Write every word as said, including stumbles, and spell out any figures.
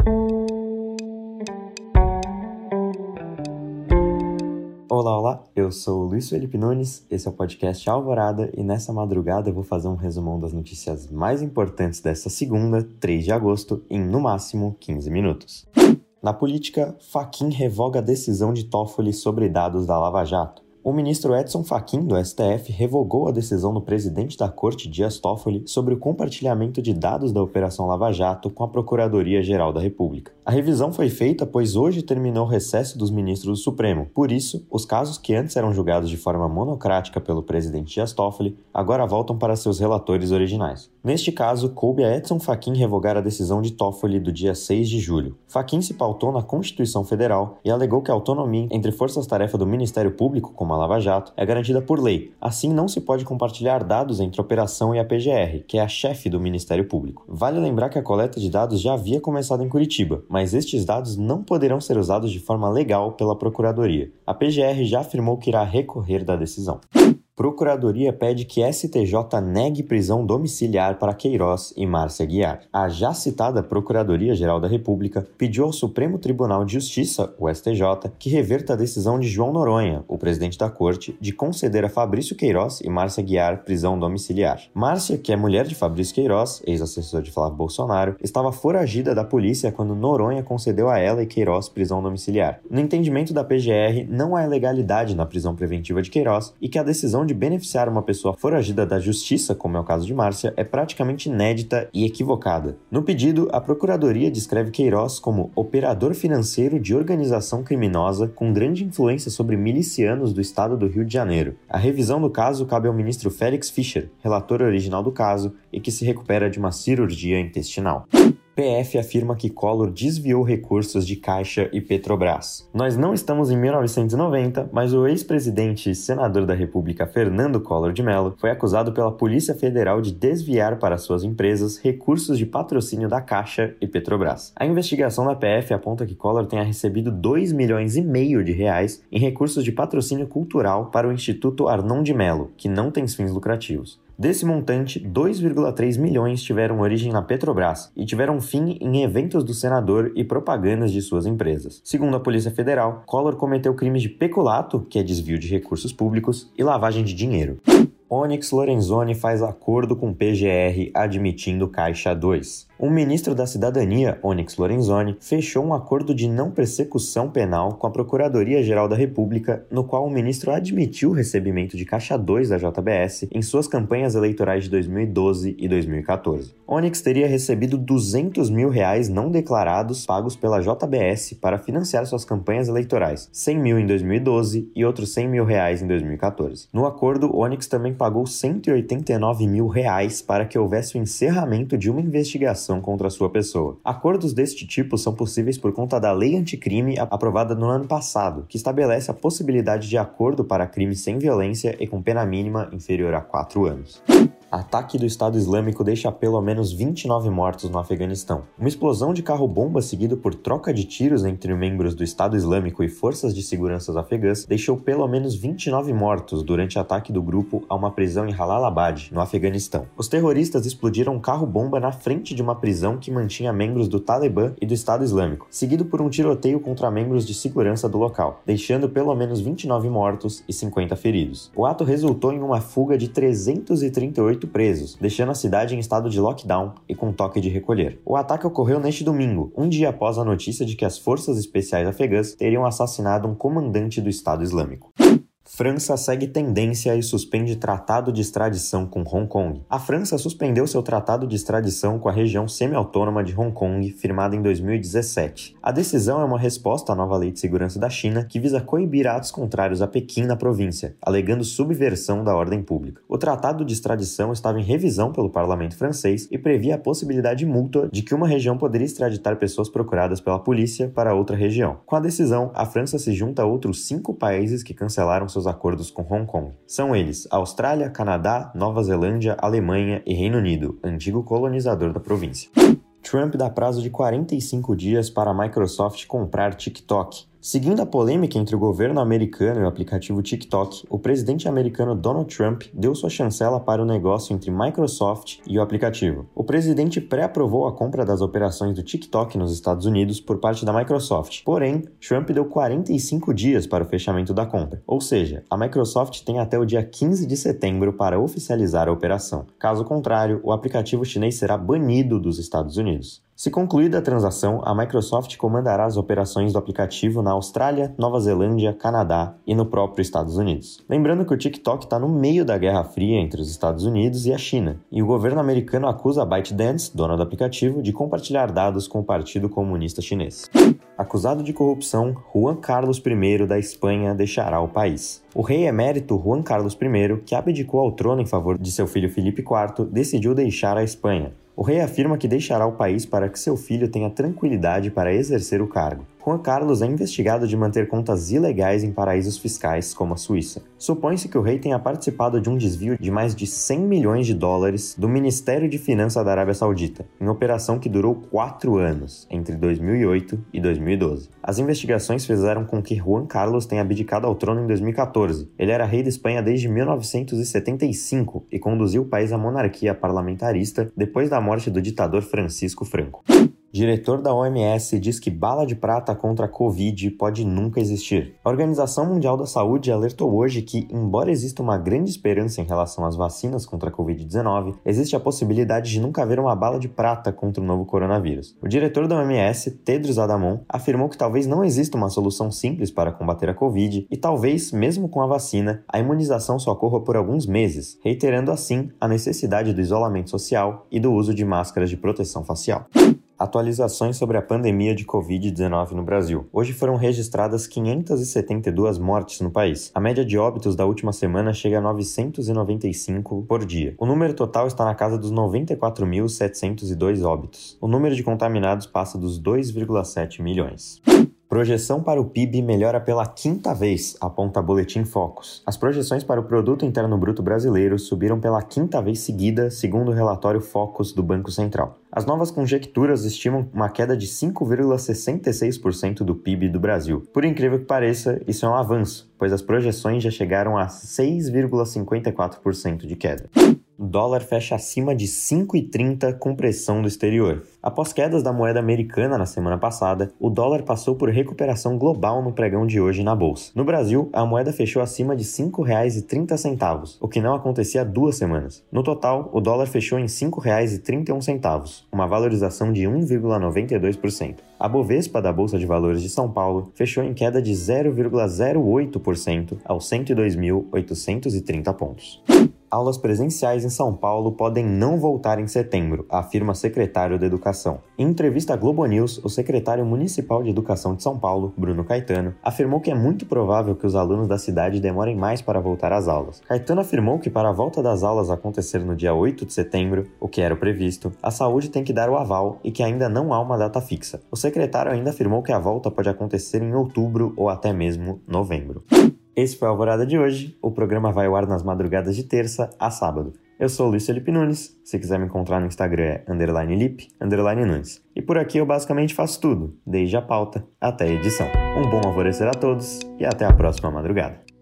Olá, olá, eu sou o Luiz Felipe Nunes, esse é o podcast Alvorada e nessa madrugada eu vou fazer um resumão das notícias mais importantes desta segunda, três de agosto, em no máximo quinze minutos. Na política, Fachin revoga a decisão de Toffoli sobre dados da Lava Jato. O ministro Edson Fachin, do S T F, revogou a decisão do presidente da Corte, Dias Toffoli, sobre o compartilhamento de dados da Operação Lava Jato com a Procuradoria-Geral da República. A revisão foi feita pois hoje terminou o recesso dos ministros do Supremo. Por isso, os casos que antes eram julgados de forma monocrática pelo presidente Dias Toffoli, agora voltam para seus relatores originais. Neste caso, coube a Edson Fachin revogar a decisão de Toffoli do dia seis de julho. Fachin se pautou na Constituição Federal e alegou que a autonomia entre forças-tarefa do Ministério Público, como a Lava Jato, é garantida por lei. Assim, não se pode compartilhar dados entre a operação e a P G R, que é a chefe do Ministério Público. Vale lembrar que a coleta de dados já havia começado em Curitiba, mas estes dados não poderão ser usados de forma legal pela Procuradoria. A P G R já afirmou que irá recorrer da decisão. Procuradoria pede que S T J negue prisão domiciliar para Queiroz e Márcia Aguiar. A já citada Procuradoria-Geral da República pediu ao Supremo Tribunal de Justiça, o S T J, que reverta a decisão de João Noronha, o presidente da Corte, de conceder a Fabrício Queiroz e Márcia Aguiar prisão domiciliar. Márcia, que é mulher de Fabrício Queiroz, ex-assessor de Flávio Bolsonaro, estava foragida da polícia quando Noronha concedeu a ela e Queiroz prisão domiciliar. No entendimento da P G R, não há ilegalidade na prisão preventiva de Queiroz e que a decisão de beneficiar uma pessoa foragida da justiça, como é o caso de Márcia, é praticamente inédita e equivocada. No pedido, a Procuradoria descreve Queiroz como operador financeiro de organização criminosa com grande influência sobre milicianos do estado do Rio de Janeiro. A revisão do caso cabe ao ministro Félix Fischer, relator original do caso e que se recupera de uma cirurgia intestinal. P F afirma que Collor desviou recursos de Caixa e Petrobras. Nós não estamos em mil novecentos e noventa, mas o ex-presidente e senador da República Fernando Collor de Mello foi acusado pela Polícia Federal de desviar para suas empresas recursos de patrocínio da Caixa e Petrobras. A investigação da P F aponta que Collor tenha recebido dois milhões e meio de reais em recursos de patrocínio cultural para o Instituto Arnon de Mello, que não tem fins lucrativos. Desse montante, dois vírgula três milhões tiveram origem na Petrobras e tiveram fim em eventos do senador e propagandas de suas empresas. Segundo a Polícia Federal, Collor cometeu crimes de peculato, que é desvio de recursos públicos, e lavagem de dinheiro. Onyx Lorenzoni faz acordo com P G R admitindo Caixa dois. O ministro da Cidadania, Onyx Lorenzoni, fechou um acordo de não persecução penal com a Procuradoria-Geral da República, no qual o ministro admitiu o recebimento de Caixa dois da J B S em suas campanhas eleitorais de dois mil e doze e dois mil e catorze. Onyx teria recebido duzentos mil reais não declarados pagos pela J B S para financiar suas campanhas eleitorais, cem mil em dois mil e doze e outros cem mil reais em dois mil e catorze. No acordo, Onyx também pagou cento e oitenta e nove mil reais para que houvesse o encerramento de uma investigação contra a sua pessoa. Acordos deste tipo são possíveis por conta da Lei Anticrime aprovada no ano passado, que estabelece a possibilidade de acordo para crime sem violência e com pena mínima inferior a quatro anos. Ataque do Estado Islâmico deixa pelo menos vinte e nove mortos no Afeganistão. Uma explosão de carro-bomba seguido por troca de tiros entre membros do Estado Islâmico e forças de segurança afegãs deixou pelo menos vinte e nove mortos durante ataque do grupo a uma prisão em Jalalabad, no Afeganistão. Os terroristas explodiram um carro-bomba na frente de uma prisão que mantinha membros do Talibã e do Estado Islâmico, seguido por um tiroteio contra membros de segurança do local, deixando pelo menos vinte e nove mortos e cinquenta feridos. O ato resultou em uma fuga de trezentos e trinta e oito presos, deixando a cidade em estado de lockdown e com toque de recolher. O ataque ocorreu neste domingo, um dia após a notícia de que as forças especiais afegãs teriam assassinado um comandante do Estado Islâmico. França segue tendência e suspende tratado de extradição com Hong Kong. A França suspendeu seu tratado de extradição com a região semi-autônoma de Hong Kong, firmado em dois mil e dezessete. A decisão é uma resposta à nova lei de segurança da China, que visa coibir atos contrários a Pequim na província, alegando subversão da ordem pública. O tratado de extradição estava em revisão pelo parlamento francês e previa a possibilidade mútua de que uma região poderia extraditar pessoas procuradas pela polícia para outra região. Com a decisão, a França se junta a outros cinco países que cancelaram seus acordos com Hong Kong. São eles Austrália, Canadá, Nova Zelândia, Alemanha e Reino Unido, antigo colonizador da província. Trump dá prazo de quarenta e cinco dias para a Microsoft comprar TikTok. Seguindo a polêmica entre o governo americano e o aplicativo TikTok, o presidente americano Donald Trump deu sua chancela para o negócio entre Microsoft e o aplicativo. O presidente pré-aprovou a compra das operações do TikTok nos Estados Unidos por parte da Microsoft. Porém, Trump deu quarenta e cinco dias para o fechamento da compra. Ou seja, a Microsoft tem até o dia quinze de setembro para oficializar a operação. Caso contrário, o aplicativo chinês será banido dos Estados Unidos. Se concluída a transação, a Microsoft comandará as operações do aplicativo na Austrália, Nova Zelândia, Canadá e no próprio Estados Unidos. Lembrando que o TikTok está no meio da Guerra Fria entre os Estados Unidos e a China, e o governo americano acusa a ByteDance, dona do aplicativo, de compartilhar dados com o Partido Comunista Chinês. Acusado de corrupção, Juan Carlos I da Espanha deixará o país. O rei emérito Juan Carlos I, que abdicou ao trono em favor de seu filho Felipe quarto, decidiu deixar a Espanha. O rei afirma que deixará o país para que seu filho tenha tranquilidade para exercer o cargo. Juan Carlos é investigado de manter contas ilegais em paraísos fiscais, como a Suíça. Supõe-se que o rei tenha participado de um desvio de mais de cem milhões de dólares do Ministério de Finanças da Arábia Saudita, em operação que durou quatro anos, entre dois mil e oito e dois mil e doze. As investigações fizeram com que Juan Carlos tenha abdicado ao trono em dois mil e catorze. Ele era rei da Espanha desde mil novecentos e setenta e cinco e conduziu o país à monarquia parlamentarista depois da morte do ditador Francisco Franco. Diretor da O M S diz que bala de prata contra a Covid pode nunca existir. A Organização Mundial da Saúde alertou hoje que, embora exista uma grande esperança em relação às vacinas contra a covid dezenove, existe a possibilidade de nunca haver uma bala de prata contra o novo coronavírus. O diretor da O M S, Tedros Adhanom, afirmou que talvez não exista uma solução simples para combater a Covid e talvez, mesmo com a vacina, a imunização só ocorra por alguns meses, reiterando assim a necessidade do isolamento social e do uso de máscaras de proteção facial. Atualizações sobre a pandemia de covid dezenove no Brasil. Hoje foram registradas quinhentas e setenta e duas mortes no país. A média de óbitos da última semana chega a novecentos e noventa e cinco por dia. O número total está na casa dos noventa e quatro mil setecentos e dois óbitos. O número de contaminados passa dos dois vírgula sete milhões. Projeção para o P I B melhora pela quinta vez, aponta Boletim Focus. As projeções para o Produto Interno Bruto brasileiro subiram pela quinta vez seguida, segundo o relatório Focus do Banco Central. As novas conjecturas estimam uma queda de cinco vírgula sessenta e seis por cento do P I B do Brasil. Por incrível que pareça, isso é um avanço, pois as projeções já chegaram a seis vírgula cinquenta e quatro por cento de queda. O dólar fecha acima de cinco vírgula trinta com pressão do exterior. Após quedas da moeda americana na semana passada, o dólar passou por recuperação global no pregão de hoje na bolsa. No Brasil, a moeda fechou acima de cinco reais e trinta centavos, o que não acontecia há duas semanas. No total, o dólar fechou em cinco reais e trinta e um centavos, uma valorização de um vírgula noventa e dois por cento. A Bovespa da Bolsa de Valores de São Paulo fechou em queda de zero vírgula zero oito por cento aos cento e dois mil oitocentos e trinta pontos. Aulas presenciais em São Paulo podem não voltar em setembro, afirma secretário da Educação. Em entrevista à Globo News, o secretário municipal de Educação de São Paulo, Bruno Caetano, afirmou que é muito provável que os alunos da cidade demorem mais para voltar às aulas. Caetano afirmou que para a volta das aulas acontecer no dia oito de setembro, o que era o previsto, a saúde tem que dar o aval e que ainda não há uma data fixa. O secretário ainda afirmou que a volta pode acontecer em outubro ou até mesmo novembro. Esse foi a Alvorada de hoje. O programa vai ao ar nas madrugadas de terça a sábado. Eu sou o Luiz Felipe Nunes. Se quiser me encontrar no Instagram é underline lip, underline Nunes. E por aqui eu basicamente faço tudo, desde a pauta até a edição. Um bom alvorecer a todos e até a próxima madrugada.